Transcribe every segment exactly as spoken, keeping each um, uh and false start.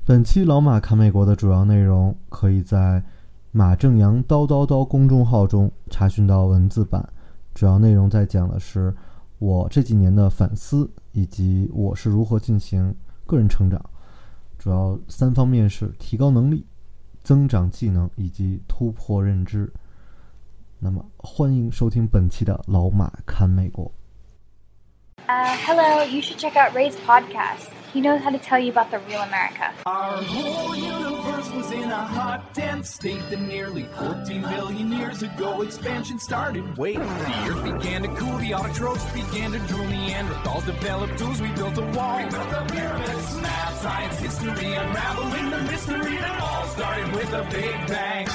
本期老马看美国的主要内容可以在马正阳叨叨叨公众号中查询到文字版，主要内容在讲的是我这几年的反思，以及我是如何进行个人成长，主要三方面是提高能力、增长技能以及突破认知。那么欢迎收听本期的老马看美国。 Uh, hello, you should check out Ray's podcast. He knows how to tell you about the real America. Our whole universe was in a hot, dense state that nearly fourteen billion years ago expansion started. Wait, the earth began to cool, the autotrophs began to drool, Neanderthals developed tools, we built a wall. We built the pyramids, math, science, history, unraveling the mystery that all started with a big bang.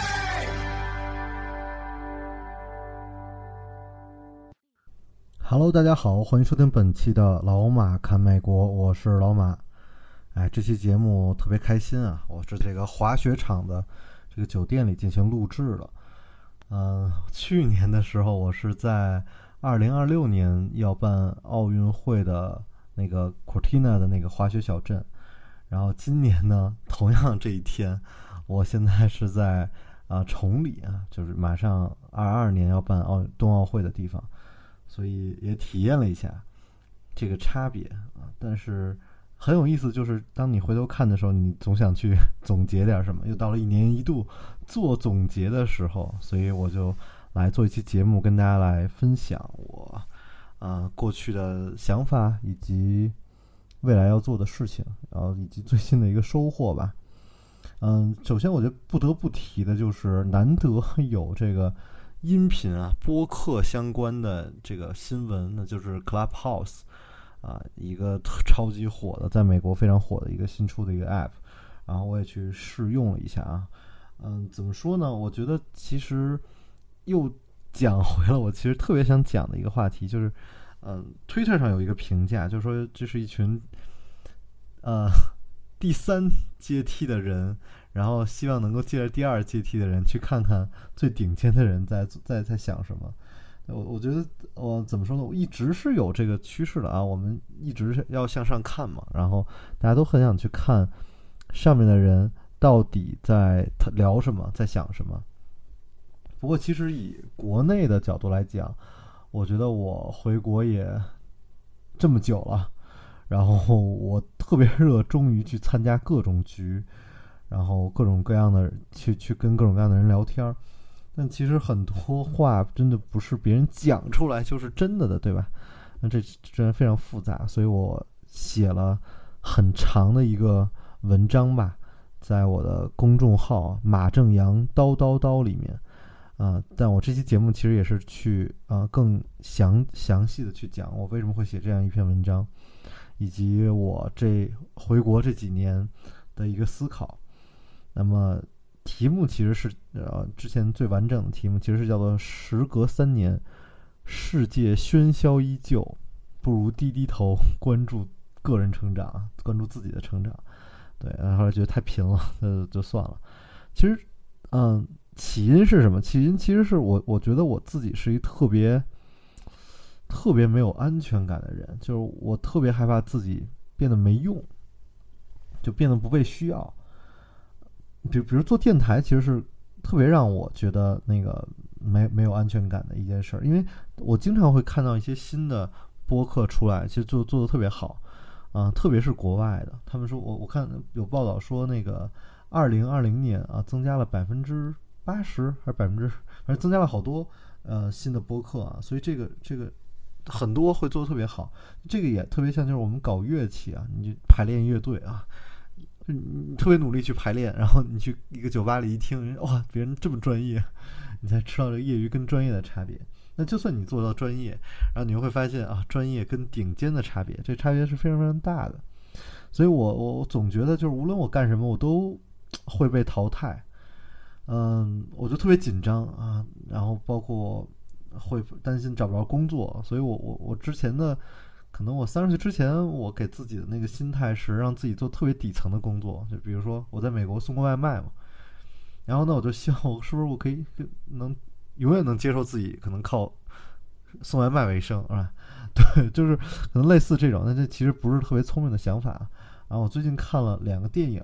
Hello， 大家好，欢迎收听本期的老马看美国，我是老马。哎，这期节目特别开心啊！我是这个滑雪场的这个酒店里进行录制了。嗯、呃，去年的时候我是在二零二六年要办奥运会的那个 Cortina 的那个滑雪小镇，然后今年呢，同样这一天，我现在是在啊、呃、崇礼啊，就是马上二二年要办奥冬奥会的地方。所以也体验了一下这个差别啊，但是很有意思，就是当你回头看的时候，你总想去总结点什么，又到了一年一度做总结的时候，所以我就来做一期节目，跟大家来分享我啊过去的想法，以及未来要做的事情，然后以及最新的一个收获吧。嗯，首先我觉得不得不提的就是难得有这个音频啊播客相关的这个新闻，那就是 Clubhouse 啊，一个超级火的，在美国非常火的一个新出的一个 app， 然后我也去试用了一下啊。嗯，怎么说呢，我觉得其实又讲回了我其实特别想讲的一个话题，就是嗯 Twitter 上有一个评价，就是说这是一群呃第三阶梯的人，然后希望能够借着第二阶梯的人去看看最顶尖的人在在在想什么。我我觉得我怎么说呢，我一直是有这个趋势的啊，我们一直是要向上看嘛，然后大家都很想去看上面的人到底在聊什么，在想什么。不过其实以国内的角度来讲，我觉得我回国也这么久了，然后我特别热衷于去参加各种局，然后各种各样的去去跟各种各样的人聊天，但其实很多话真的不是别人讲出来就是真的的，对吧？那这真的非常复杂，所以我写了很长的一个文章吧，在我的公众号马正阳叨叨叨里面啊、呃，但我这期节目其实也是去啊、呃、更详详细的去讲我为什么会写这样一篇文章，以及我这回国这几年的一个思考。那么题目其实是呃之前最完整的题目其实是叫做时隔三年，世界喧嚣依旧，不如低低头关注个人成长，关注自己的成长。对，然后觉得太贫了，就就算了。其实嗯，起因是什么？起因其实是我我觉得我自己是一特别特别没有安全感的人，就是我特别害怕自己变得没用，就变得不被需要。比比如做电台，其实是特别让我觉得那个没没有安全感的一件事，因为我经常会看到一些新的播客出来，其实做做的特别好啊、呃，特别是国外的，他们说我我看有报道说那个二零二零年啊，增加了百分之八十还是百分之，反正增加了好多呃新的播客啊，所以这个这个很多会做的特别好，这个也特别像就是我们搞乐器啊，你就排练乐队啊。你特别努力去排练，然后你去一个酒吧里一听，哇，别人这么专业，你才知道这个业余跟专业的差别。那就算你做到专业，然后你会发现啊，专业跟顶尖的差别，这差别是非常非常大的。所以我我总觉得就是无论我干什么，我都会被淘汰。嗯，我就特别紧张啊，然后包括会担心找不着工作，所以我我我之前的。可能我三十岁之前，我给自己的那个心态是让自己做特别底层的工作，就比如说我在美国送过外卖嘛，然后呢，我就希望我是不是我可以能永远能接受自己可能靠送外卖为生，是吧？对，就是可能类似这种，但这其实不是特别聪明的想法。然后我最近看了两个电影，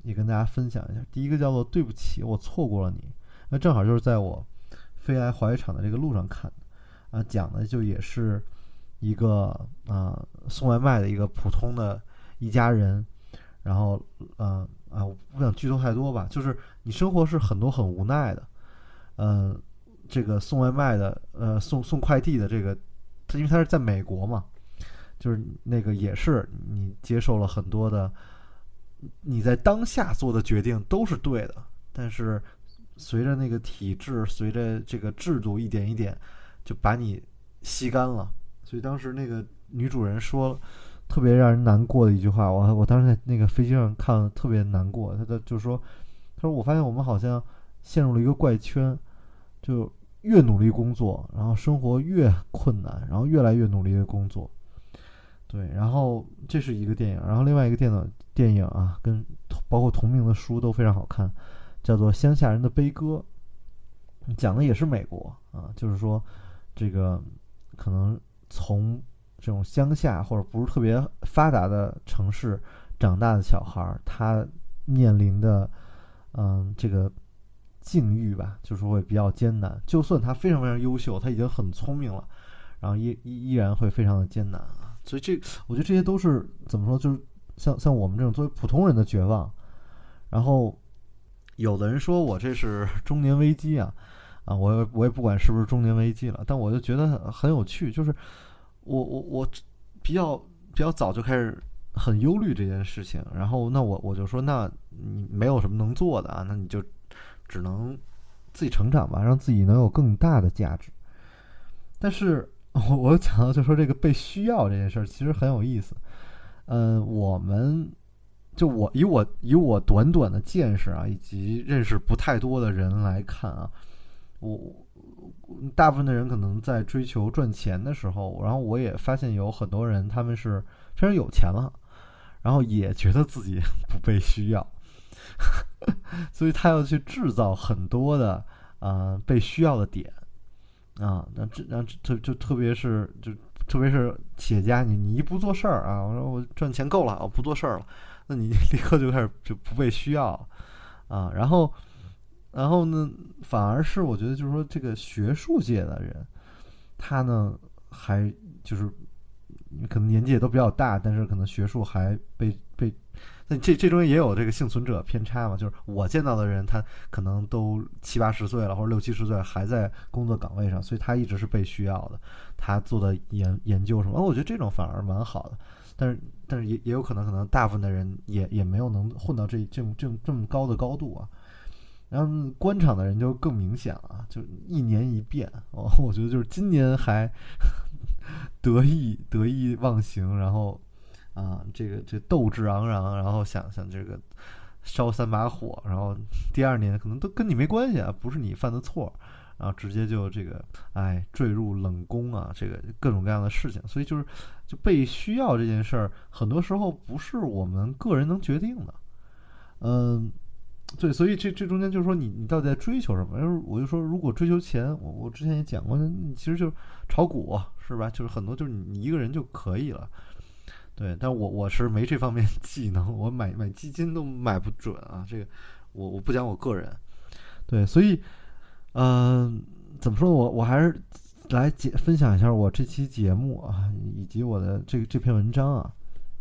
也跟大家分享一下。第一个叫做对不起，我错过了你，那正好就是在我飞来滑雪场的这个路上看的，啊，讲的就也是一个啊、呃、送外卖的一个普通的一家人，然后呃啊我不想剧透太多吧，就是你生活是很多很无奈的，嗯、呃，这个送外卖的呃送送快递的这个，他因为他是在美国嘛。就是那个也是你接受了很多的，你在当下做的决定都是对的，但是随着那个体制，随着这个制度一点一点就把你吸干了。所以当时那个女主人说特别让人难过的一句话，我我当时在那个飞机上看了特别难过，她就说她说我发现我们好像陷入了一个怪圈，就越努力工作，然后生活越困难，然后越来越努力的工作。对，然后这是一个电影，然后另外一个电影电影啊，跟包括同名的书都非常好看，叫做《乡下人的悲歌》，讲的也是美国啊，就是说这个可能从这种乡下或者不是特别发达的城市长大的小孩，他面临的嗯这个境遇吧，就是会比较艰难。就算他非常非常优秀，他已经很聪明了，然后依依然会非常的艰难啊。所以这我觉得这些都是怎么说，就是像像我们这种作为普通人的绝望。然后有的人说我这是中年危机啊，啊，我也我也不管是不是中年危机了，但我就觉得很很有趣，就是我我我比较比较早就开始很忧虑这件事情，然后那我我就说，那你没有什么能做的啊，那你就只能自己成长吧，让自己能有更大的价值。但是我我讲到就说这个被需要这件事儿其实很有意思。嗯、呃，我们就我以我以我短短的见识啊，以及认识不太多的人来看啊，我大部分的人可能在追求赚钱的时候，然后我也发现有很多人他们是非常有钱了，然后也觉得自己不被需要，所以他要去制造很多的啊、呃、被需要的点。啊，那这那特就特别是就特别是企业家，你你一不做事儿啊，我说我赚钱够了，我不做事儿了，那你立刻就开始就不被需要啊。然后然后呢，反而是我觉得就是说这个学术界的人，他呢还就是可能年纪也都比较大，但是可能学术还被被。那这这中间也有这个幸存者偏差嘛，就是我见到的人，他可能都七八十岁了，或者六七十岁还在工作岗位上，所以他一直是被需要的。他做的研研究什么，我觉得这种反而蛮好的。但是但是也也有可能，可能大部分的人也也没有能混到这这么这么这么高的高度啊。然后官场的人就更明显了，就一年一变。哦，我觉得就是今年还得意得意忘形，然后。啊，这个这斗志昂扬，然后想想这个烧三把火，然后第二年可能都跟你没关系啊，不是你犯的错，然后直接就这个哎坠入冷宫啊，这个各种各样的事情，所以就是就被需要这件事儿，很多时候不是我们个人能决定的，嗯，对，所以这这中间就是说你你到底在追求什么？我就说，如果追求钱，我我之前也讲过，你其实就是炒股是吧？就是很多就是你一个人就可以了。对，但我我是没这方面技能，我买买基金都买不准啊。这个我我不讲我个人，对，所以，嗯、呃，怎么说呢？我我还是来解分享一下我这期节目啊，以及我的这这篇文章啊。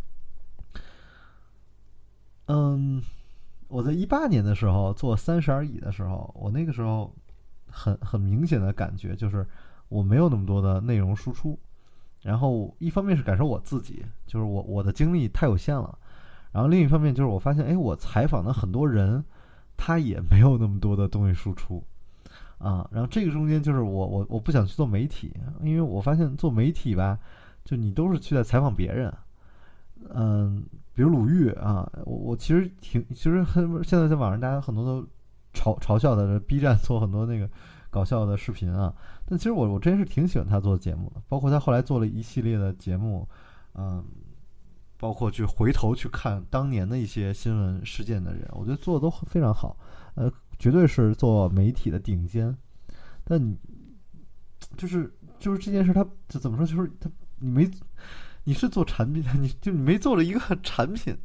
嗯，我在一八年的时候做三十而已的时候，我那个时候很很明显的感觉就是我没有那么多的内容输出。然后一方面是感受我自己，就是我我的精力太有限了，然后另一方面就是我发现，哎，我采访的很多人，他也没有那么多的东西输出，啊，然后这个中间就是我我我不想去做媒体，因为我发现做媒体吧，就你都是去在采访别人，嗯，比如鲁豫啊，我我其实挺其实很现在在网上大家很多都嘲嘲笑的 B 站做很多那个搞笑的视频啊，但其实我我真是挺喜欢他做的节目的，包括他后来做了一系列的节目，嗯，包括去回头去看当年的一些新闻事件的人，我觉得做的都非常好，呃，绝对是做媒体的顶尖。但你就是就是这件事，他就怎么说，就是他你没你是做产品，你就你没做了一个产品，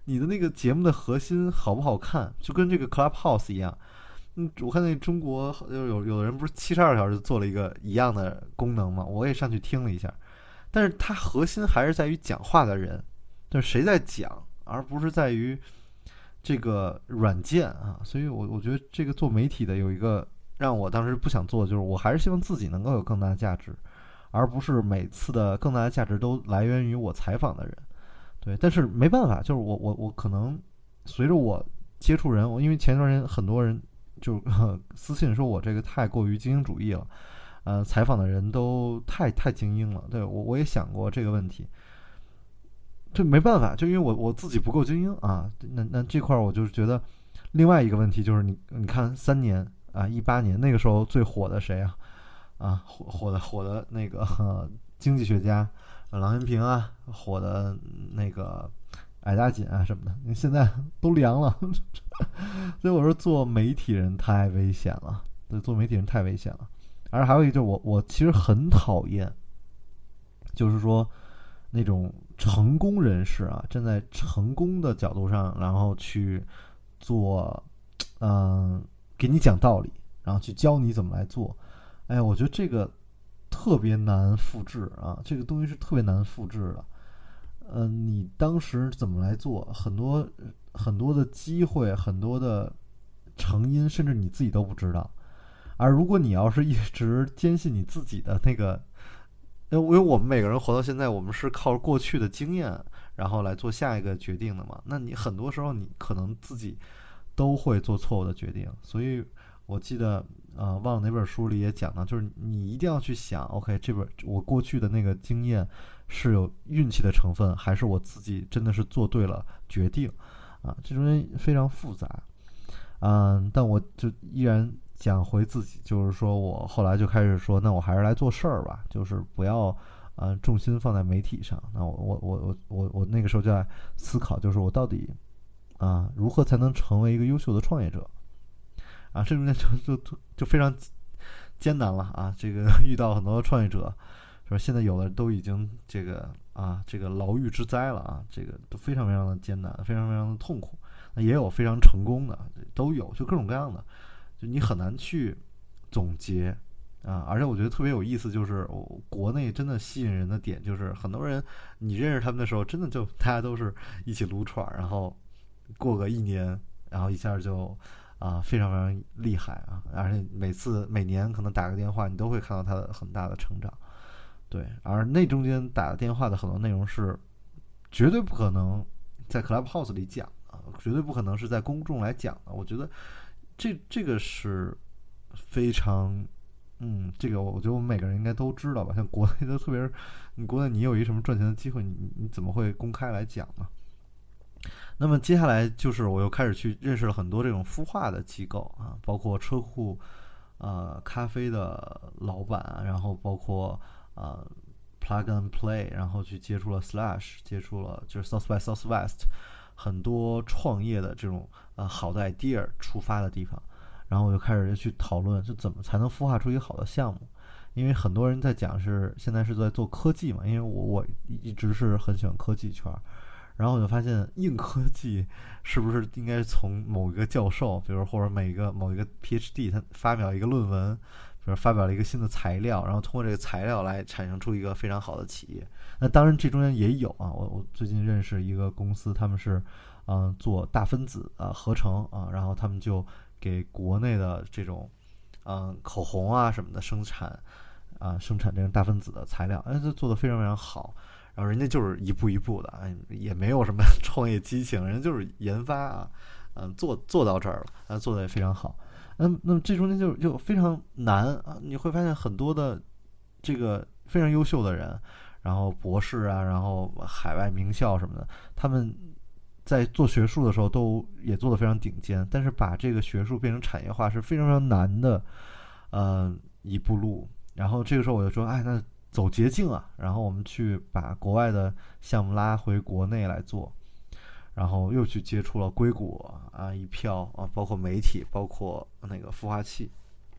你的那个节目的核心好不好看，就跟这个 Clubhouse 一样。嗯，我看那中国有有的人不是七十二小时做了一个一样的功能吗？我也上去听了一下，但是它核心还是在于讲话的人，就是谁在讲，而不是在于这个软件啊。所以我我觉得这个做媒体的有一个让我当时不想做，就是我还是希望自己能够有更大的价值，而不是每次的更大的价值都来源于我采访的人。对，但是没办法，就是我我我可能随着我接触人，我因为前段时间很多人就、呃、私信说我这个太过于精英主义了，呃，采访的人都太太精英了。对，我我也想过这个问题，这没办法，就因为我我自己不够精英啊。那那这块我就是觉得，另外一个问题就是你你看三年啊，一八年那个时候最火的谁啊？啊，火火的火的那个、呃、经济学家。郎咸平啊，火的那个矮大紧啊什么的，现在都凉了。所以我说做媒体人太危险了，对，做媒体人太危险了。而还有一个就是我我其实很讨厌，就是说那种成功人士啊，站在成功的角度上，然后去做，嗯、呃，给你讲道理，然后去教你怎么来做。哎呀，我觉得这个特别难复制啊，这个东西是特别难复制的。嗯、呃，你当时怎么来做？很多很多的机会，很多的成因，甚至你自己都不知道。而如果你要是一直坚信你自己的那个，因为我们每个人活到现在，我们是靠过去的经验，然后来做下一个决定的嘛。那你很多时候你可能自己都会做错误的决定。所以我记得。呃，忘了哪本书里也讲到，就是你一定要去想 ，OK， 这本我过去的那个经验是有运气的成分，还是我自己真的是做对了决定啊？这中间非常复杂。嗯，但我就依然讲回自己，就是说我后来就开始说，那我还是来做事儿吧，就是不要呃重心放在媒体上。那我我我我我我那个时候就在思考，就是我到底啊如何才能成为一个优秀的创业者。啊，这中间就就就非常艰难了啊！这个遇到很多创业者，说现在有的都已经这个啊，这个牢狱之灾了啊，这个都非常非常的艰难，非常非常的痛苦。那也有非常成功的，都有，就各种各样的，就你很难去总结啊。而且我觉得特别有意思，就是国内真的吸引人的点，就是很多人你认识他们的时候，真的就大家都是一起撸串，然后过个一年，然后一下就。啊，非常非常厉害啊！而且每次每年可能打个电话，你都会看到他的很大的成长。对，而那中间打的电话的很多内容是绝对不可能在 Clubhouse 里讲啊，绝对不可能是在公众来讲的。我觉得这这个是非常，嗯，这个我觉得我们每个人应该都知道吧。像国内的，特别是你国内你有一什么赚钱的机会，你你怎么会公开来讲呢？那么接下来就是我又开始去认识了很多这种孵化的机构啊，包括车库、呃咖啡的老板，然后包括呃 Plug and Play， 然后去接触了 Slash， 接触了就是 South by Southwest， 很多创业的这种呃好的 idea 出发的地方，然后我就开始去讨论，就怎么才能孵化出一个好的项目。因为很多人在讲是现在是在做科技嘛，因为我我一直是很喜欢科技圈。然后我就发现硬科技是不是应该从某一个教授，比如或者每一个某一个 P H D 他发表一个论文，比如发表了一个新的材料，然后通过这个材料来产生出一个非常好的企业。那当然这中间也有啊，我我最近认识一个公司，他们是嗯、呃、做大分子啊、呃、合成啊，然后他们就给国内的这种嗯、呃、口红啊什么的生产啊、呃、生产这种大分子的材料，哎，这做得非常非常好。然后人家就是一步一步的，哎，也没有什么创业激情，人家就是研发啊，嗯、呃，做做到这儿了，啊，做得也非常好。嗯，那么这中间就就非常难啊，你会发现很多的这个非常优秀的人，然后博士啊，然后海外名校什么的，他们在做学术的时候都也做得非常顶尖，但是把这个学术变成产业化是非常非常难的，呃，一步路。然后这个时候我就说，哎，那走捷径啊，然后我们去把国外的项目拉回国内来做，然后又去接触了硅谷啊一票啊，包括媒体，包括那个孵化器。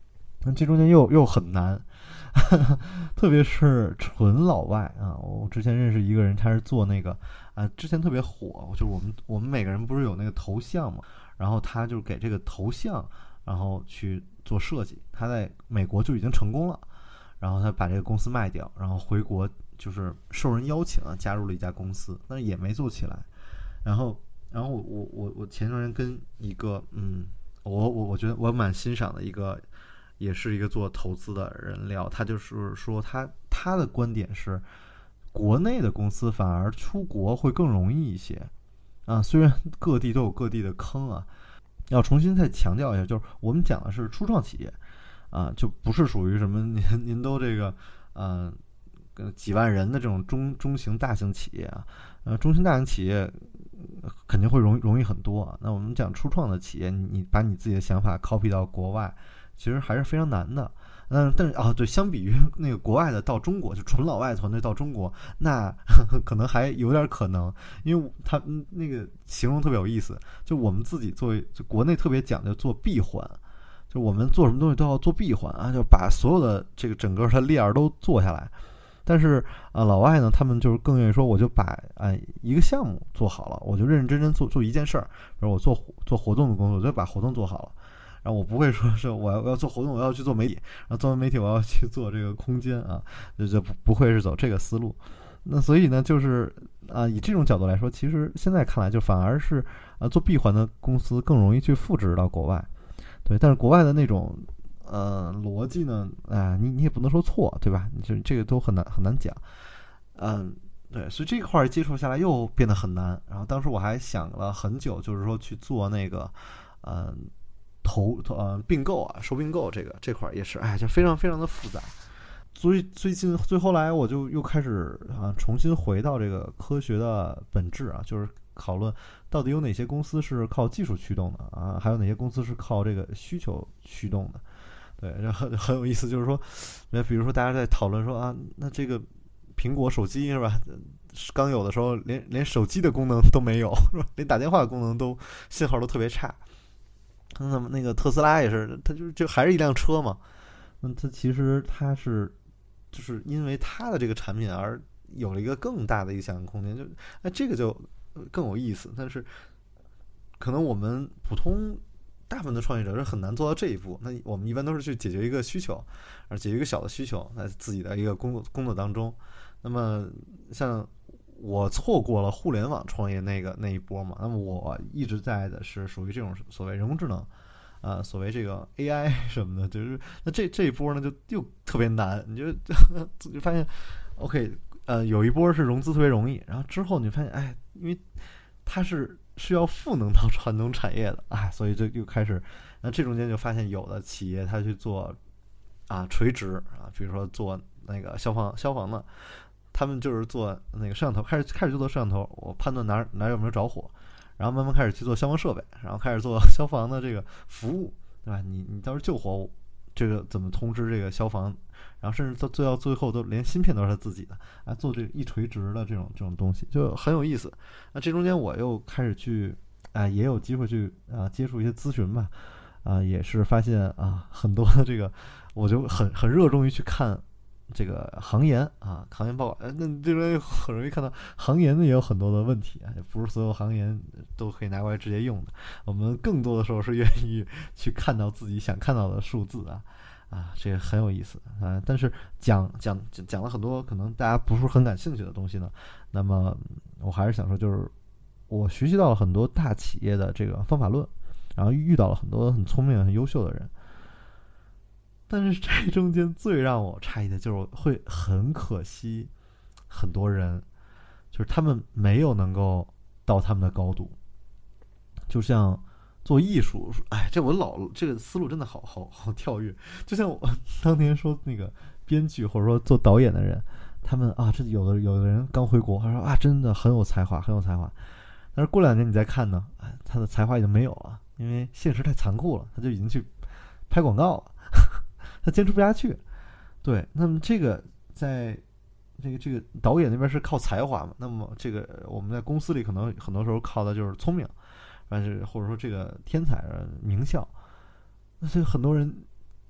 那这中间又又很难，特别是纯老外啊。我之前认识一个人，他是做那个啊，之前特别火，就是我们我们每个人不是有那个头像嘛，然后他就给这个头像，然后去做设计。他在美国就已经成功了，然后他把这个公司卖掉，然后回国就是受人邀请啊，加入了一家公司，但是也没做起来。然后，然后我我我我前段时间跟一个嗯，我我我觉得我蛮欣赏的一个。也是一个做投资的人聊，他就是说他他的观点是，国内的公司反而出国会更容易一些啊。虽然各地都有各地的坑啊，要重新再强调一下，就是我们讲的是初创企业啊，就不是属于什么您您都这个呃几万人的这种中中型大型企业啊，呃中型大型企业肯定会容易容易很多啊。那我们讲初创的企业，你你把你自己的想法 copy 到国外。其实还是非常难的，嗯，但是啊，对，相比于那个国外的到中国，就纯老外团队到中国，那呵呵可能还有点可能，因为他那个形容特别有意思，就我们自己作为就国内特别讲究做闭环，就我们做什么东西都要做闭环啊，就把所有的这个整个的链都做下来。但是啊，老外呢，他们就是更愿意说，我就把啊一个项目做好了，我就认认真真做做一件事儿，比如我做做活动的工作，我就把活动做好了。然后我不会说是我要我要做活动，我要去做媒体，然后做完媒体我要去做这个空间啊，就就不不会是走这个思路。那所以呢，就是啊，以这种角度来说，其实现在看来就反而是啊，做闭环的公司更容易去复制到国外，对。但是国外的那种呃逻辑呢，啊，你你也不能说错，对吧？你就这个都很难很难讲，嗯。对，所以这块接触下来又变得很难。然后当时我还想了很久，就是说去做那个，嗯、呃。投呃并购啊，收并购这个这块也是，哎，就非常非常的复杂。所以最近最后来我就又开始啊重新回到这个科学的本质啊，就是讨论到底有哪些公司是靠技术驱动的啊，还有哪些公司是靠这个需求驱动的。对，然后很有意思，就是说，那比如说大家在讨论说啊，那这个苹果手机是吧？刚有的时候连连手机的功能都没有，是吧？连打电话的功能都信号都特别差。那么那个特斯拉也是，它就就还是一辆车嘛。那它其实它是，就是因为它的这个产品而有了一个更大的一个想象空间，就哎这个就更有意思。但是可能我们普通大部分的创业者是很难做到这一步。那我们一般都是去解决一个需求，而解决一个小的需求，在自己的一个工作工作当中。那么像我错过了互联网创业那个那一波嘛，那么我一直在的是属于这种所谓人工智能，啊、呃，所谓这个 A I 什么的，就是那这这一波呢就又特别难，你就就发现 ，OK， 呃，有一波是融资特别容易，然后之后你发现，哎，因为它是需要赋能到传统产业的，哎，所以就又开始，那这中间就发现有的企业它去做啊垂直啊，比如说做那个消防消防的。他们就是做那个摄像头，开始开始就做摄像头，我判断哪哪有没有着火，然后慢慢开始去做消防设备，然后开始做消防的这个服务，对吧？你你到时候救火，这个怎么通知这个消防，然后甚至到最到最后都连芯片都是他自己的啊，做这个一垂直的这种这种东西就很有意思。那这中间我又开始去啊，也有机会去啊接触一些咨询吧，啊，也是发现啊很多的这个，我就很很热衷于去看。这个行研啊，行研报告，那这边很容易看到行研的也有很多的问题啊，也不是所有行研都可以拿过来直接用的。我们更多的时候是愿意去看到自己想看到的数字啊，啊，这个很有意思啊。但是讲讲讲了很多可能大家不是很感兴趣的东西呢，那么我还是想说，就是我学习到了很多大企业的这个方法论，然后遇到了很多很聪明、很优秀的人。但是这中间最让我诧异的就是会很可惜，很多人就是他们没有能够到他们的高度。就像做艺术，哎，这我老这个思路真的好好好跳跃。就像我当年说那个编剧或者说做导演的人，他们啊，这有的有的人刚回国，他说啊，真的很有才华，很有才华。但是过两年你再看呢，哎，他的才华已经没有了，因为现实太残酷了，他就已经去拍广告了。他坚持不下去，对。那么这个在这个这个导演那边是靠才华嘛？那么这个我们在公司里可能很多时候靠的就是聪明，但是或者说这个天才名校。那所以很多人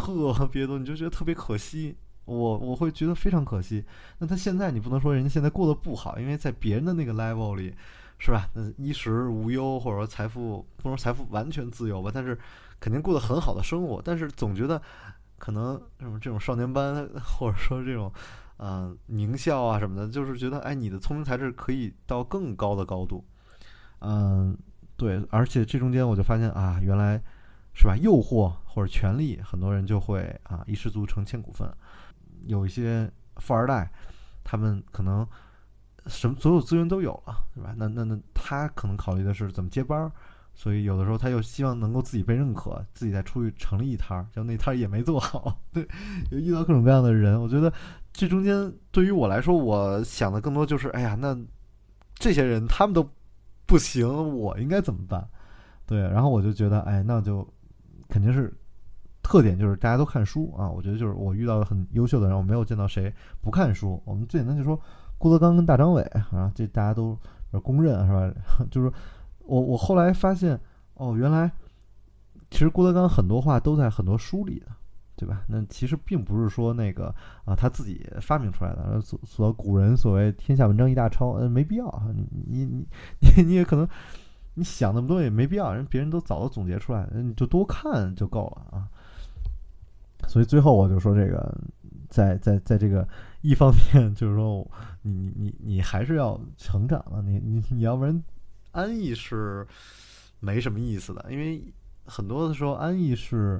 特别多，你就觉得特别可惜。我我会觉得非常可惜。那他现在你不能说人家现在过得不好，因为在别人的那个 level 里，是吧？那衣食无忧，或者说财富，不能说财富完全自由吧，但是肯定过得很好的生活。但是总觉得可能什么这种少年班，或者说这种呃名校啊什么的，就是觉得哎，你的聪明才智可以到更高的高度。嗯，对，而且这中间我就发现啊，原来是吧，诱惑或者权力，很多人就会啊一失足成千古恨。有一些富二代，他们可能什么所有资源都有了，是吧？那那那他可能考虑的是怎么接班，所以有的时候他又希望能够自己被认可，自己再出去成立一摊儿，就那摊儿也没做好，对，有遇到各种各样的人。我觉得这中间对于我来说，我想的更多就是，哎呀，那这些人他们都不行，我应该怎么办？对，然后我就觉得，哎，那就肯定是。特点就是大家都看书啊，我觉得就是我遇到的很优秀的人，我没有见到谁不看书。我们最简单就说郭德纲跟大张伟啊，这大家都公认是吧？就是我我后来发现哦，原来其实郭德纲很多话都在很多书里的，对吧？那其实并不是说那个啊他自己发明出来的，所所古人所谓天下文章一大抄，呃，没必要啊，你你你你你也可能你想那么多也没必要，人别人都早都总结出来，你就多看就够了啊。所以最后我就说，这个在在在这个一方面就是说，你你你你还是要成长了，你你你要不然安逸是没什么意思的，因为很多的时候安逸是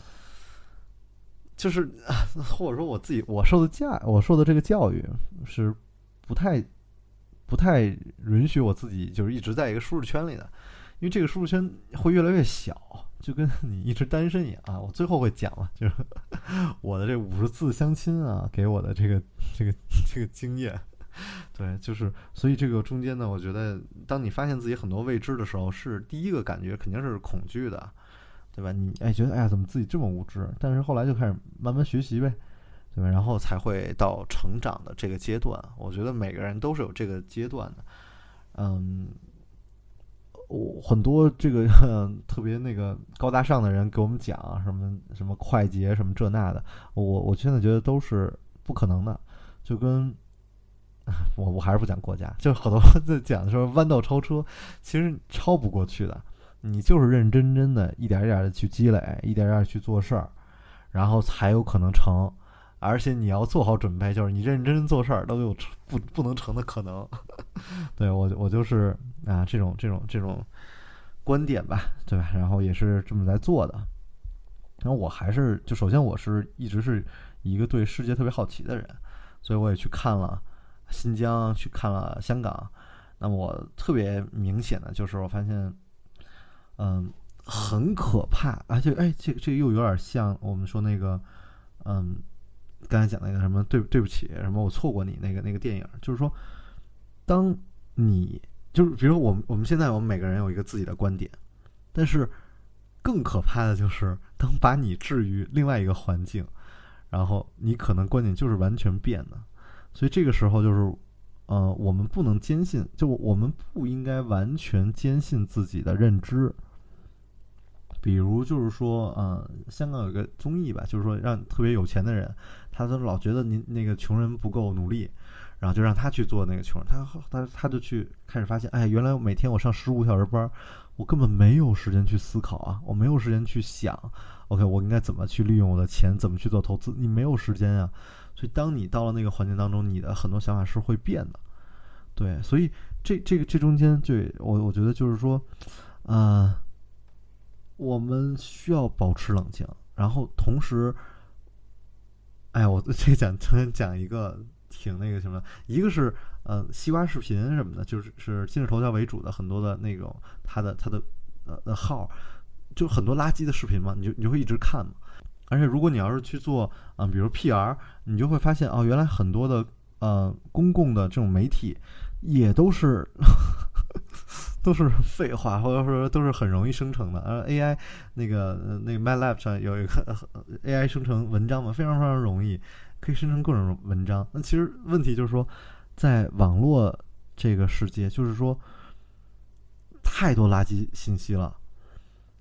就是或者说我自己我受的教我受的这个教育是不太不太允许我自己就是一直在一个舒适圈里的，因为这个舒适圈会越来越小。就跟你一直单身一样啊，我最后会讲了，就是我的这五十次相亲啊，给我的这个这个这个经验，对，就是所以这个中间呢，我觉得当你发现自己很多未知的时候，是第一个感觉肯定是恐惧的，对吧？你哎觉得哎呀怎么自己这么无知，但是后来就开始慢慢学习呗，对吧？然后才会到成长的这个阶段。我觉得每个人都是有这个阶段的，嗯。我很多这个特别那个高大上的人给我们讲什么什么快捷什么这那的，我我现在觉得都是不可能的，就跟我我还是不讲国家，就好多在讲的时候弯道超车，其实超不过去的，你就是认认真真的一点一点的去积累，一点一点的去做事儿，然后才有可能成。而且你要做好准备，就是你认认真真做事儿都有不不能成的可能。对我我就是啊这种这种这种观点吧，对吧？然后也是这么来做的。然后我还是就首先我是一直是一个对世界特别好奇的人，所以我也去看了新疆，去看了香港。那么我特别明显的就是我发现，嗯，很可怕，而且哎这这又有点像我们说那个嗯。刚才讲那个什么对对不起什么我错过你那个那个电影，就是说当你就是比如说我们我们现在我们每个人有一个自己的观点，但是更可怕的就是当把你置于另外一个环境，然后你可能观点就是完全变的。所以这个时候就是呃我们不能坚信，就我们不应该完全坚信自己的认知。比如就是说，呃，香港有一个综艺吧，就是说让特别有钱的人，他都老觉得您那个穷人不够努力，然后就让他去做那个穷人，他他他就去开始发现，哎，原来每天我上十五小时班，我根本没有时间去思考啊，我没有时间去想 ，OK， 我应该怎么去利用我的钱，怎么去做投资，你没有时间啊。所以当你到了那个环境当中，你的很多想法是会变的，对，所以这这个这中间就我我觉得就是说，呃。我们需要保持冷静，然后同时，哎，我这个讲讲一个挺那个什么，一个是呃西瓜视频什么的，就是是今日头条为主的很多的那种他的他的呃的号，就很多垃圾的视频嘛，你就你就会一直看嘛。而且如果你要是去做嗯、呃，比如 P R， 你就会发现哦，原来很多的呃公共的这种媒体也都是。都是废话，或者说都是很容易生成的。而 A I 那个那个 MyLab 上有一个 A I 生成文章嘛，非常非常容易，可以生成各种文章。那其实问题就是说，在网络这个世界，就是说太多垃圾信息了。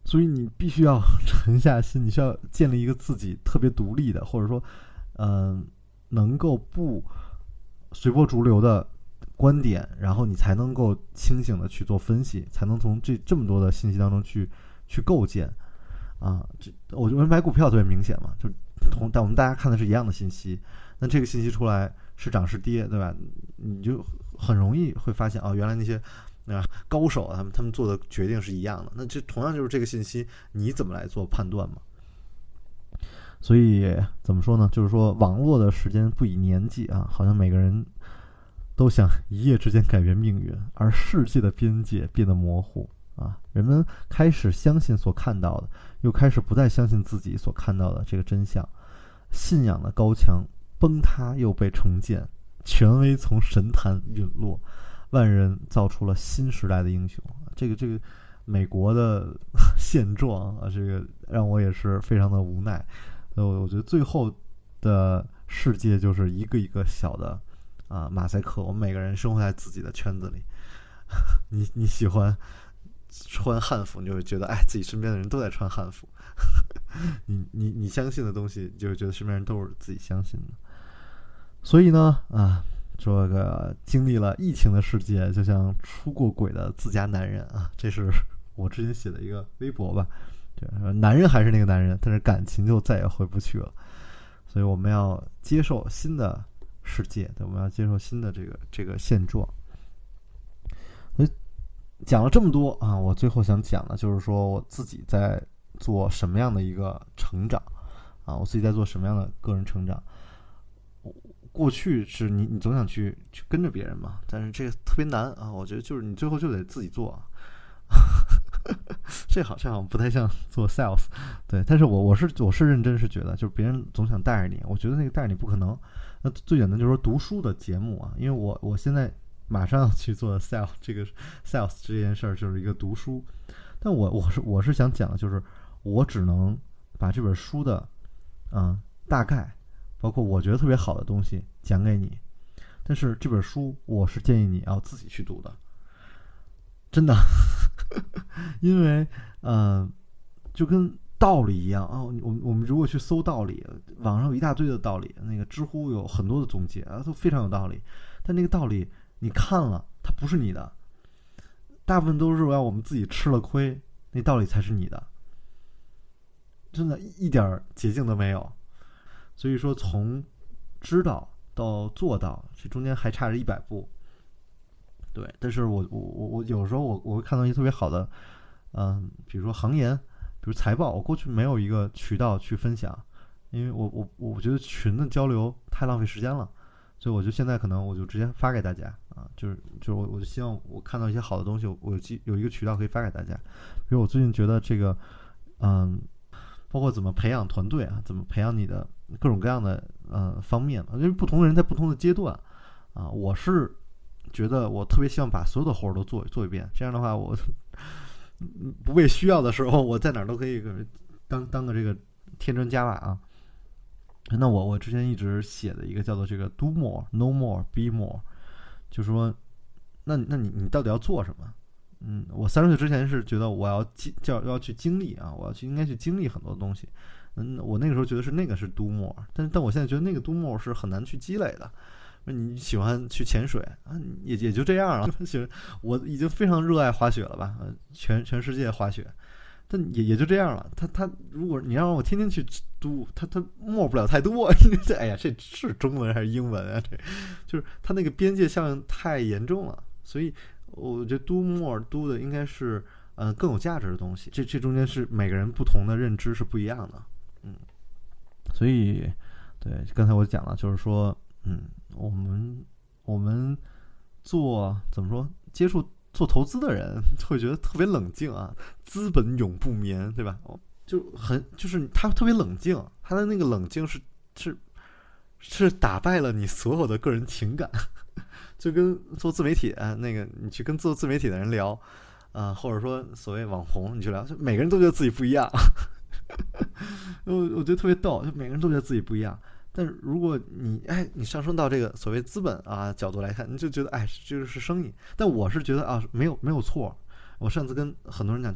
所以你必须要沉下心，你需要建立一个自己特别独立的，或者说嗯、呃，能够不随波逐流的观点，然后你才能够清醒的去做分析，才能从这这么多的信息当中去去构建啊。这我觉得买股票特别明显嘛，就同但我们大家看的是一样的信息，那这个信息出来是涨是跌，对吧？你就很容易会发现哦，原来那些啊高手啊，他们他们做的决定是一样的。那这同样就是这个信息，你怎么来做判断嘛？所以怎么说呢？就是说网络的时间不以年纪啊，好像每个人都想一夜之间改变命运，而世界的边界变得模糊啊，人们开始相信所看到的，又开始不再相信自己所看到的这个真相。信仰的高墙崩塌又被重建，权威从神坛陨落，万人造出了新时代的英雄。这个这个美国的现状啊，这个让我也是非常的无奈。呃，我觉得最后的世界就是一个一个小的啊马赛克，我们每个人生活在自己的圈子里。你你喜欢穿汉服，你就会觉得哎，自己身边的人都在穿汉服。你你你相信的东西，就会觉得身边人都是自己相信的。所以呢，啊，这个经历了疫情的世界，就像出过轨的自家男人啊，这是我之前写的一个微博吧。对，男人还是那个男人，但是感情就再也回不去了。所以我们要接受新的世界，对，我们要接受新的这个这个现状。所以讲了这么多啊，我最后想讲的就是说我自己在做什么样的一个成长啊，我自己在做什么样的个人成长。过去是你你总想去去跟着别人嘛，但是这个特别难啊，我觉得就是你最后就得自己做。这好像不太像做 sales， 对，但是我我是我是认真是觉得，就是别人总想带着你，我觉得那个带着你不可能。那最简单就是说读书的节目啊，因为我我现在马上要去做 sales， 这个 sales 这件事儿就是一个读书，但我我是我是想讲的就是我只能把这本书的嗯、呃、大概，包括我觉得特别好的东西讲给你，但是这本书我是建议你要自己去读的，真的。因为呃就跟道理一样啊，我我们如果去搜道理，网上有一大堆的道理，那个知乎有很多的总结啊，都非常有道理，但那个道理你看了它不是你的，大部分都是让我们自己吃了亏，那道理才是你的，真的一点捷径都没有。所以说从知道到做到，这中间还差着一百步。对，但是我我我我有时候我我会看到一些特别好的，嗯、呃，比如说行研，比如财报，我过去没有一个渠道去分享，因为我我我觉得群的交流太浪费时间了，所以我就现在可能我就直接发给大家啊，就是就是我我就希望我看到一些好的东西，我有有一个渠道可以发给大家。比如我最近觉得这个，嗯，包括怎么培养团队啊，怎么培养你的各种各样的呃方面，因为不同的人在不同的阶段啊，我是。觉得我特别希望把所有的活儿都做做一遍，这样的话我不被需要的时候，我在哪儿都可以当当个这个添砖加瓦啊。那我我之前一直写的一个叫做这个 do more no more be more， 就是说那那你你到底要做什么？嗯，我三十岁之前是觉得我要叫要去经历啊，我要去应该去经历很多东西。嗯，我那个时候觉得是那个是 do more， 但但我现在觉得那个 do more 是很难去积累的。你喜欢去潜水啊，也也就这样了。我已经非常热爱滑雪了吧，全全世界滑雪，但也也就这样了。他他如果你让我天天去读，他他默不了太多。哎呀，这是中文还是英文啊？这就是他那个边界效应太严重了。所以我觉得 do more do 的应该是呃更有价值的东西。这这中间是每个人不同的认知是不一样的。嗯，所以对刚才我讲了，就是说。嗯，我们我们做怎么说？接触做投资的人会觉得特别冷静啊，资本永不眠，对吧？就很就是他特别冷静，他的那个冷静是是是打败了你所有的个人情感，就跟做自媒体啊，那个你去跟做自媒体的人聊啊、呃，或者说所谓网红，你去聊，就每个人都觉得自己不一样，我我觉得特别逗，就每个人都觉得自己不一样。但是如果你哎，你上升到这个所谓资本啊角度来看，你就觉得哎，这就是生意。但我是觉得啊，没有没有错。我上次跟很多人讲，就是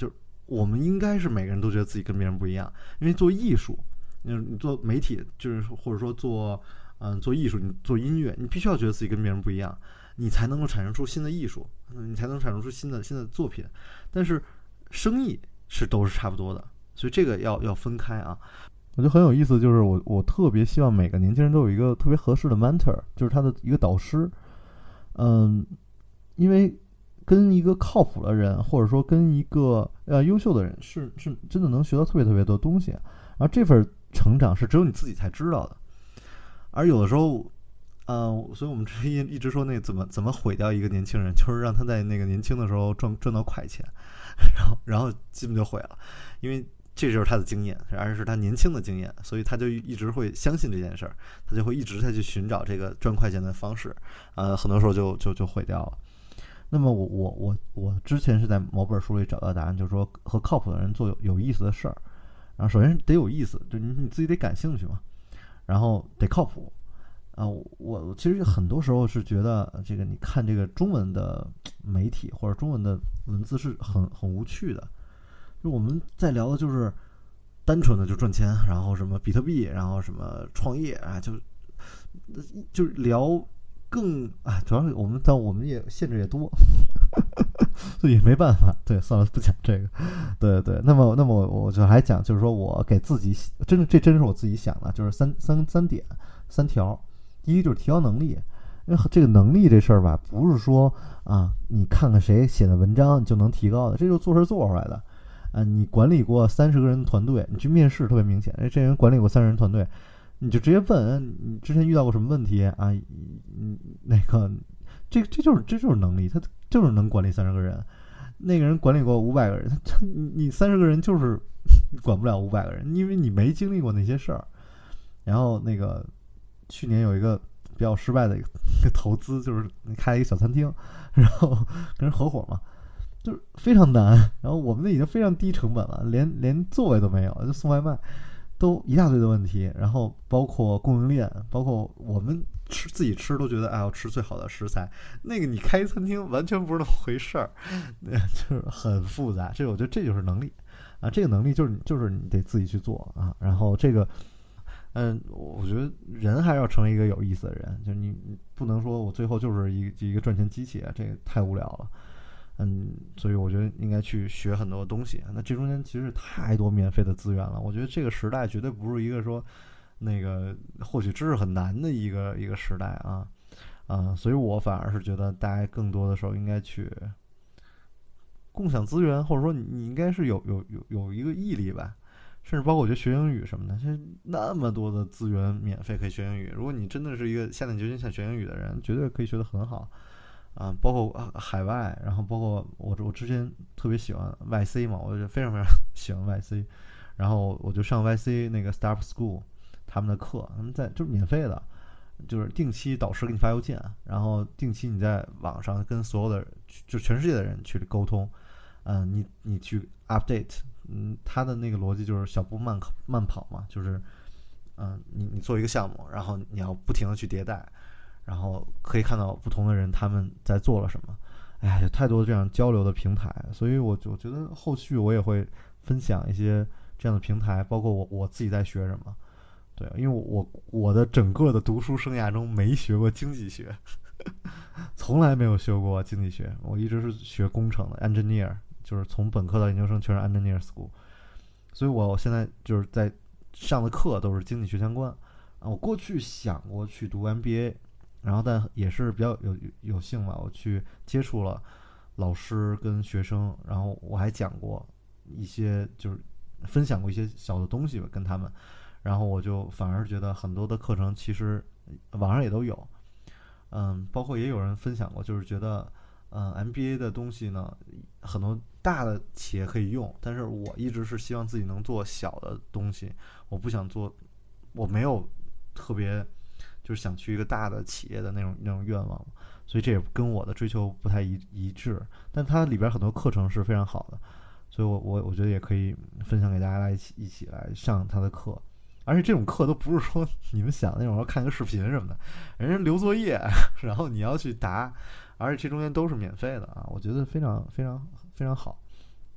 我们应该是每个人都觉得自己跟别人不一样，因为做艺术，你做媒体，就是或者说做嗯做艺术，你做音乐，你必须要觉得自己跟别人不一样，你才能够产生出新的艺术，你才能产生出新的新的作品。但是生意是都是差不多的，所以这个要要分开啊。我觉得很有意思，就是我我特别希望每个年轻人都有一个特别合适的 mentor， 就是他的一个导师。嗯，因为跟一个靠谱的人，或者说跟一个呃优秀的人，是是真的能学到特别特别多东西。然后这份成长是只有你自己才知道的。而有的时候，呃，所以我们之前一直说那怎么怎么毁掉一个年轻人，就是让他在那个年轻的时候赚赚到快钱，然后然后基本就毁了，因为这就是他的经验，而是他年轻的经验，所以他就一直会相信这件事儿，他就会一直在去寻找这个赚快钱的方式，呃，很多时候就就就毁掉了。那么我我我我之前是在某本书里找到答案，就是说和靠谱的人做有有意思的事儿，然后首先得有意思，就你你自己得感兴趣嘛，然后得靠谱。啊、呃，我其实很多时候是觉得这个你看这个中文的媒体或者中文的文字是很很无趣的。就我们在聊的就是单纯的就赚钱，然后什么比特币，然后什么创业啊，就就是聊更啊，主要是我们但我们也限制也多，所以也没办法。对，算了，不讲这个。对对，那么那么我我就还讲，就是说我给自己真的这真是我自己想的，就是三三三点三条。第一就是提高能力。因为这个能力这事儿吧，不是说啊，你看看谁写的文章你就能提高的，这就是做事做出来的。啊，你管理过三十个人的团队，你去面试特别明显，哎，这人管理过三十人团队，你就直接问，你之前遇到过什么问题啊？嗯，那个，这这就是这就是能力，他就是能管理三十个人。那个人管理过五百个人，他你三十个人就是管不了五百个人，因为你没经历过那些事儿。然后那个去年有一个比较失败的一个一个投资，就是你开一个小餐厅，然后跟人合伙嘛。就是非常难，然后我们那已经非常低成本了，连连座位都没有，就送外卖，都一大堆的问题。然后包括供应链，包括我们吃自己吃都觉得哎要吃最好的食材，那个你开餐厅完全不是那么回事儿，就是很复杂。这我觉得这就是能力啊，这个能力就是就是你得自己去做啊。然后这个，嗯，我觉得人还是要成为一个有意思的人，就是你不能说我最后就是一一个赚钱机器啊，这个太无聊了。嗯，所以我觉得应该去学很多东西。那这中间其实太多免费的资源了。我觉得这个时代绝对不是一个说那个获取知识很难的一个一个时代啊，啊、呃，所以我反而是觉得大家更多的时候应该去共享资源，或者说你你应该是有有有有一个毅力吧。甚至包括我觉得学英语什么的，其实那么多的资源免费可以学英语。如果你真的是一个下定决心想学英语的人，绝对可以学得很好。啊，包括海外，然后包括我我之前特别喜欢 Y C 嘛，我就非常非常喜欢 Y C， 然后我就上 Y C 那个 Startup School 他们的课，他们在就是免费的，就是定期导师给你发邮件，然后定期你在网上跟所有的就全世界的人去沟通，嗯、呃，你你去 update， 嗯，他的那个逻辑就是小步慢慢跑嘛，就是嗯、呃，你你做一个项目，然后你要不停的去迭代。然后可以看到不同的人他们在做了什么，哎呀，有太多这样交流的平台，所以我就觉得后续我也会分享一些这样的平台，包括我我自己在学什么。对，因为我我的整个的读书生涯中没学过经济学，从来没有学过经济学，我一直是学工程的 engineer， 就是从本科到研究生全是 engineer school， 所以我现在就是在上的课都是经济学相关啊。我过去想过去读 M B A。然后但也是比较有有幸吧，我去接触了老师跟学生，然后我还讲过一些就是分享过一些小的东西吧跟他们，然后我就反而觉得很多的课程其实网上也都有，嗯，包括也有人分享过，就是觉得嗯 M B A 的东西呢很多大的企业可以用，但是我一直是希望自己能做小的东西，我不想做，我没有特别就是想去一个大的企业的那种那种愿望，所以这也跟我的追求不太一一致。但它里边很多课程是非常好的，所以我我我觉得也可以分享给大家来一起一起来上他的课。而且这种课都不是说你们想的那种要看个视频什么的，人家留作业，然后你要去答，而且这中间都是免费的啊，我觉得非常非常非常好。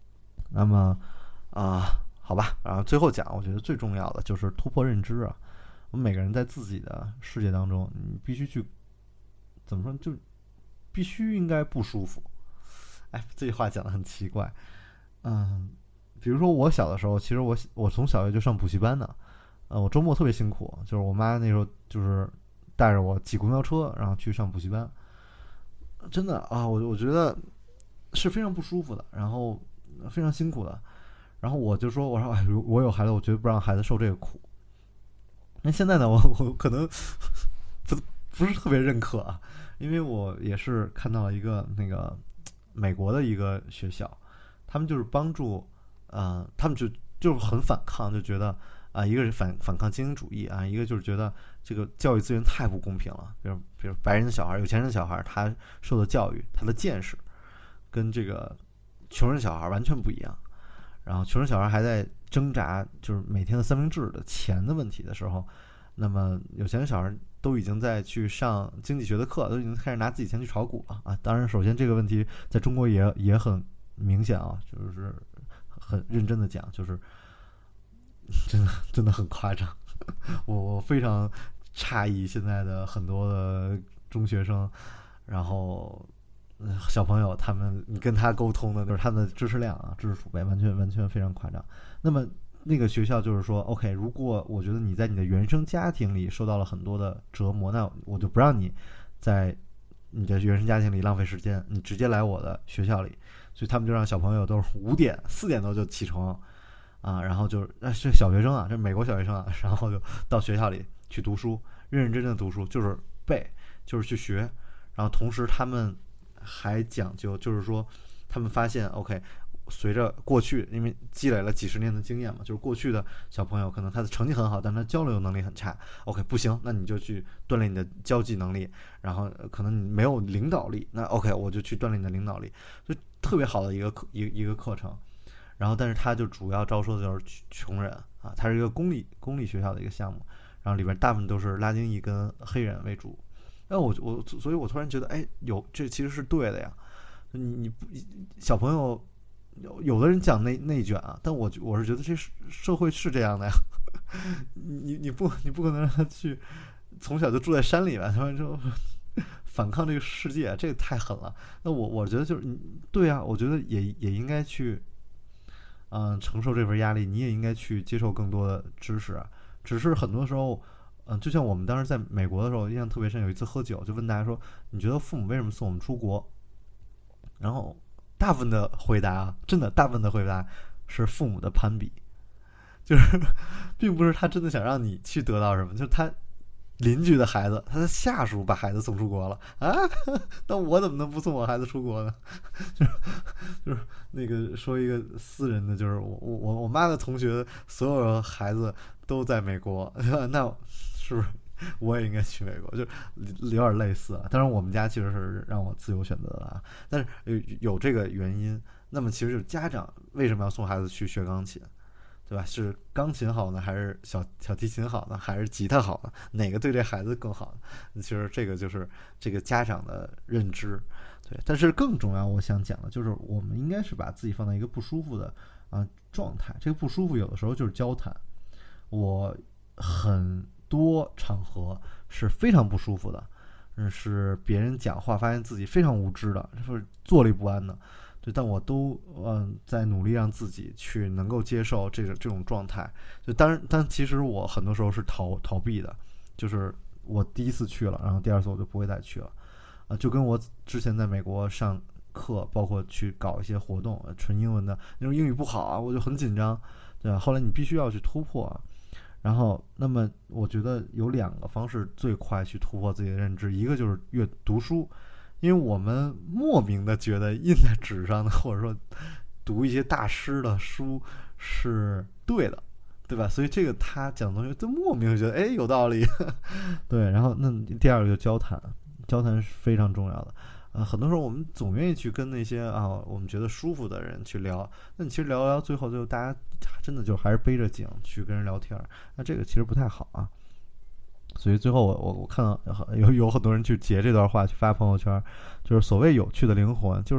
那么啊、呃，好吧，然后最后讲，我觉得最重要的就是突破认知啊。我们每个人在自己的世界当中，你必须去怎么说，就必须应该不舒服。哎，这句话讲得很奇怪。嗯，比如说我小的时候，其实我我从小学就上补习班的，呃，我周末特别辛苦，就是我妈那时候就是带着我挤公交车，然后去上补习班。真的啊，我我觉得是非常不舒服的，然后非常辛苦的。然后我就说，我说哎，我有孩子，我绝对不让孩子受这个苦。那现在呢，我我可能不不是特别认可啊，因为我也是看到了一个那个美国的一个学校，他们就是帮助，呃，他们就就是很反抗，就觉得啊、呃，一个是反反抗精英主义啊，一个就是觉得这个教育资源太不公平了，比如比如白人的小孩、有钱人的小孩，他受的教育、他的见识，跟这个穷人小孩完全不一样。然后穷人小孩还在挣扎，就是每天的三明治的钱的问题的时候，那么有钱的小孩都已经在去上经济学的课，都已经开始拿自己钱去炒股了啊！当然，首先这个问题在中国也也很明显啊，就是很认真的讲，就是真的真的很夸张。我我非常诧异现在的很多的中学生，然后。小朋友他们你跟他沟通的就是他们的知识量啊，知识储备完全完全非常夸张。那么那个学校就是说 OK， 如果我觉得你在你的原生家庭里受到了很多的折磨，那我就不让你在你的原生家庭里浪费时间，你直接来我的学校里。所以他们就让小朋友都是五点四点多就起床啊，然后就那是小学生啊，这美国小学生啊，然后就到学校里去读书，认认真真的读书，就是背，就是去学。然后同时他们还讲究，就是说他们发现 OK， 随着过去因为积累了几十年的经验嘛，就是过去的小朋友可能他的成绩很好，但他交流能力很差。 OK， 不行，那你就去锻炼你的交际能力，然后可能你没有领导力，那 OK 我就去锻炼你的领导力，就特别好的一个课一个一个课程。然后但是他就主要招收的就是穷人啊，他是一个公立公立学校的一个项目，然后里边大部分都是拉丁裔跟黑人为主。那我我所以我突然觉得，哎，有这其实是对的呀。你你小朋友有有的人讲内内卷啊，但我我是觉得这社会是这样的呀。你你不你不可能让他去从小就住在山里吧？他们说反抗这个世界，这个太狠了。那我我觉得就是对啊，我觉得也也应该去，嗯、呃，承受这份压力。你也应该去接受更多的知识啊。只是很多时候。嗯，就像我们当时在美国的时候，印象特别深。有一次喝酒，就问大家说：“你觉得父母为什么送我们出国？”然后大部分的回答，真的大部分的回答是父母的攀比，就是并不是他真的想让你去得到什么，就是他邻居的孩子，他的下属把孩子送出国了啊，那我怎么能不送我孩子出国呢？就是就是那个说一个私人的，就是我我我妈的同学所有孩子都在美国，那。是不是我也应该去美国？就有点类似啊。当然，我们家其实是让我自由选择的啊。但是有有这个原因，那么其实就是家长为什么要送孩子去学钢琴，对吧？是钢琴好呢，还是小小提琴好呢，还是吉他好呢？哪个对这孩子更好呢？其实这个就是这个家长的认知，对。但是更重要，我想讲的就是，我们应该是把自己放在一个不舒服的啊、呃、状态。这个不舒服有的时候就是交谈，我很。多场合是非常不舒服的，嗯，是别人讲话发现自己非常无知的，是坐立不安的，对，但我都嗯、呃、在努力让自己去能够接受这个这种状态。就当然，但其实我很多时候是逃逃避的，就是我第一次去了，然后第二次我就不会再去了，啊、呃，就跟我之前在美国上课，包括去搞一些活动，纯英文的那种英语不好啊，我就很紧张，对吧？后来你必须要去突破啊。然后，那么我觉得有两个方式最快去突破自己的认知，一个就是阅读书，因为我们莫名的觉得印在纸上的，或者说读一些大师的书是对的，对吧？所以这个他讲的东西，就莫名觉得哎有道理，对。然后那第二个就交谈，交谈是非常重要的。呃，很多时候我们总愿意去跟那些啊我们觉得舒服的人去聊，那你其实聊聊最后就大家真的就还是背着景去跟人聊天，那这个其实不太好啊。所以最后我我我看到有有很多人去截这段话去发朋友圈，就是所谓有趣的灵魂，就是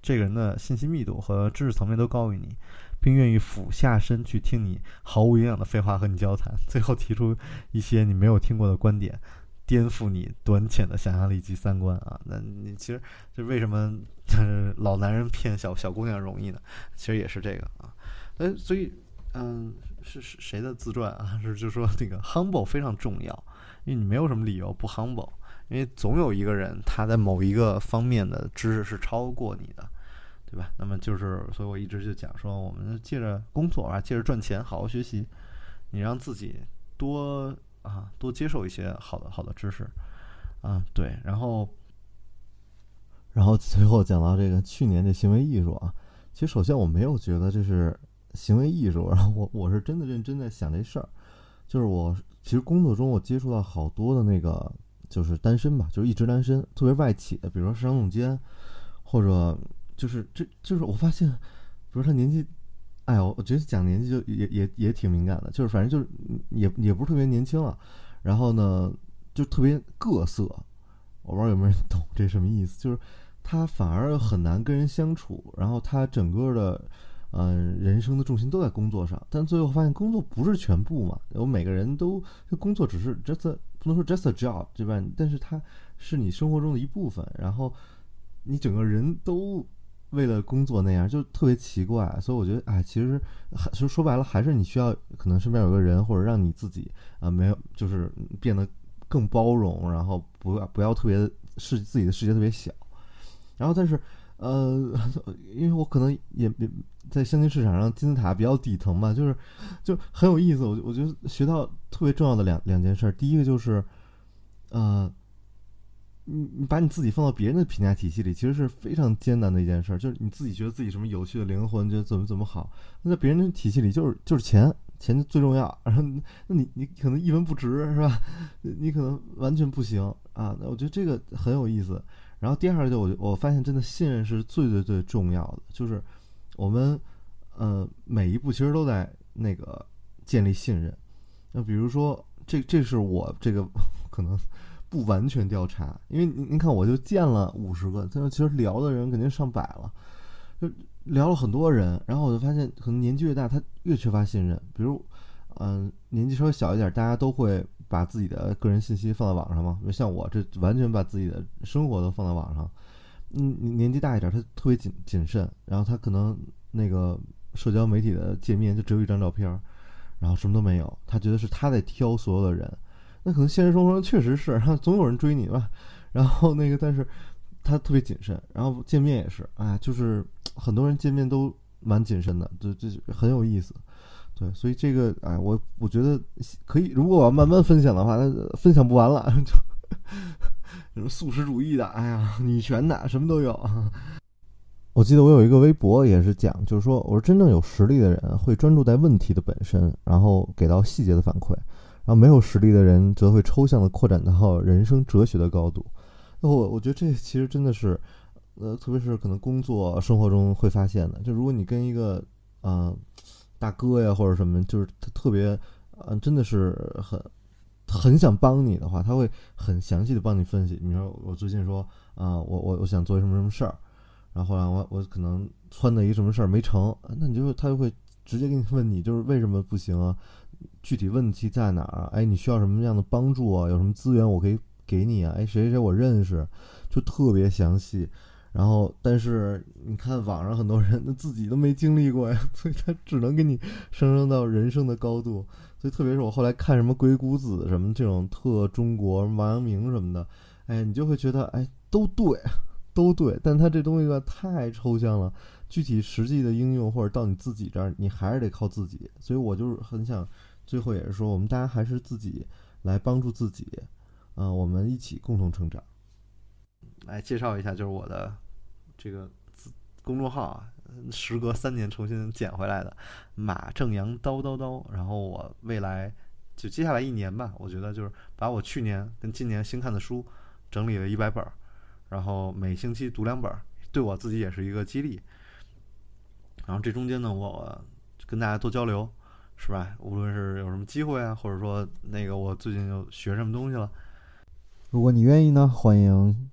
这个人的信息密度和知识层面都高于你，并愿意俯下身去听你毫无营养的废话和你交谈，最后提出一些你没有听过的观点，颠覆你短浅的想象力及三观啊！那你其实这为什么老男人骗小小姑娘容易呢？其实也是这个啊。呃，所以嗯，是是谁的自传啊？是就说那个 humble 非常重要，因为你没有什么理由不 humble， 因为总有一个人他在某一个方面的知识是超过你的，对吧？那么就是，所以我一直就讲说，我们借着工作啊，借着赚钱，好好学习，你让自己多啊多接受一些好的好的知识啊，对。然后， 然后最后讲到这个去年这行为艺术啊，其实首先我没有觉得这是行为艺术，然后我我是真的认真在想这事儿，就是我其实工作中我接触到好多的那个就是单身吧，就是一直单身，特别外企的，比如说市场总监，或者就是这就是我发现，比如他年纪，哎呦，我觉得讲年纪就也也也挺敏感的，就是反正就是也也不是特别年轻了，然后呢就特别各色，我不知道有没有人懂这什么意思，就是他反而很难跟人相处，然后他整个的嗯、呃，人生的重心都在工作上，但最后发现工作不是全部嘛，我每个人都工作只是 just a, 不能说 just a job 对吧？但是它是你生活中的一部分，然后你整个人都为了工作那样，就特别奇怪。所以我觉得，哎，其实就说白了，还是你需要可能身边有个人，或者让你自己啊、呃，没有就是变得更包容，然后不要不要特别视自己的世界特别小，然后但是。呃，因为我可能也也在相亲市场上金字塔比较底层嘛，就是就很有意思。我我觉得学到特别重要的两两件事，第一个就是，呃，你你把你自己放到别人的评价体系里，其实是非常艰难的一件事。就是你自己觉得自己什么有趣的灵魂，觉得怎么怎么好，那在别人的体系里就是就是钱，钱最重要。然后那你你可能一文不值是吧？你可能完全不行啊。那我觉得这个很有意思。然后第二个就我我发现真的信任是最最最重要的，就是我们呃每一步其实都在那个建立信任。那比如说这这是我这个可能不完全调查，因为您您看我就见了五十个，但是其实聊的人肯定上百了，就聊了很多人，然后我就发现可能年纪越大他越缺乏信任。比如嗯、呃、年纪稍微小一点，大家都会把自己的个人信息放在网上嘛，像我这完全把自己的生活都放在网上。嗯，年纪大一点，他特别谨谨慎，然后他可能那个社交媒体的界面就只有一张照片，然后什么都没有，他觉得是他在挑所有的人。那可能现实生活中确实是，总有人追你吧。然后那个，但是他特别谨慎，然后见面也是，哎，就是很多人见面都蛮谨慎的，就就很有意思。对，所以这个哎，我我觉得可以，如果我要慢慢分享的话，那分享不完了，就什么素食主义的，哎呀，女权的，什么都有。我记得我有一个微博也是讲，就是说，我说真正有实力的人会专注在问题的本身，然后给到细节的反馈，然后没有实力的人则会抽象的扩展到人生哲学的高度。那我我觉得这其实真的是，呃，特别是可能工作生活中会发现的，就如果你跟一个呃。大哥呀或者什么，就是他特别呃真的是很很想帮你的话，他会很详细的帮你分析。比如说我最近说啊、呃、我我我想做什么什么事儿，然后后来我我可能撺掇一个什么事儿没成，那你就他就会直接给你问你就是为什么不行啊，具体问题在哪儿，哎你需要什么样的帮助啊，有什么资源我可以给你啊，哎谁谁谁我认识，就特别详细。然后但是你看网上很多人他自己都没经历过呀，所以他只能给你上升到人生的高度。所以特别是我后来看什么鬼谷子什么这种特中国王阳明什么的，哎你就会觉得哎都对都对，但他这东西吧太抽象了，具体实际的应用或者到你自己这儿你还是得靠自己。所以我就是很想最后也是说我们大家还是自己来帮助自己啊、呃，我们一起共同成长。 来介绍一下就是我的这个公众号啊，时隔三年重新捡回来的马正阳叨叨叨。然后我未来就接下来一年吧，我觉得就是把我去年跟今年新看的书整理了一百本，然后每星期读两本，对我自己也是一个激励。然后这中间呢，我跟大家多交流，是吧？无论是有什么机会啊，或者说那个我最近又学什么东西了。 如果你愿意呢，欢迎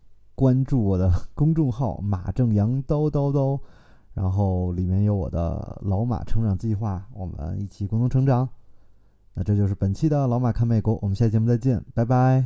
关注我的公众号马正阳叨叨叨，然后里面有我的老马成长计划，我们一起共同成长。那这就是本期的老马看美国，我们下期节目再见，拜拜。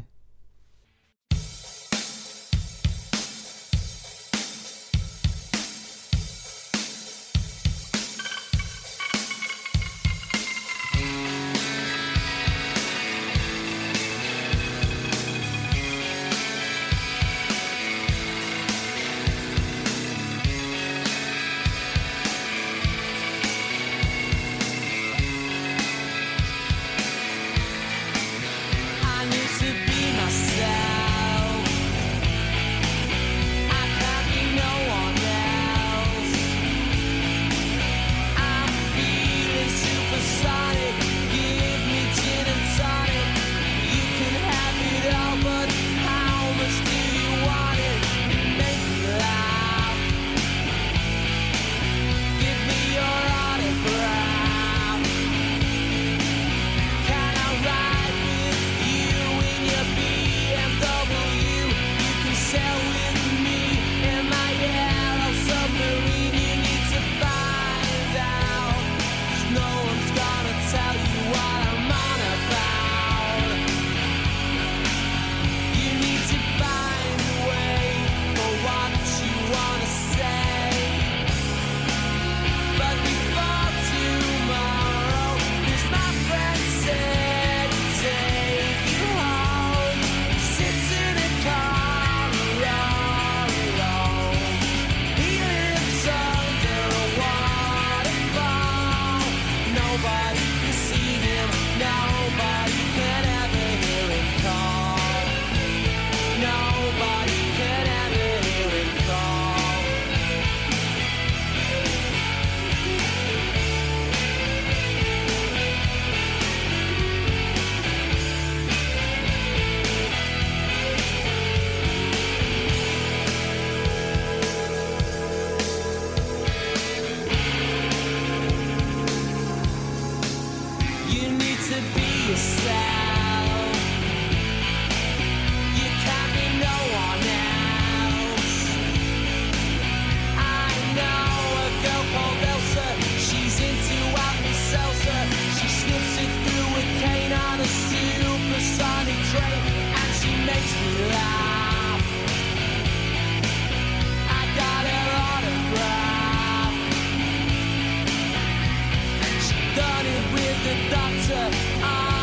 Doctor,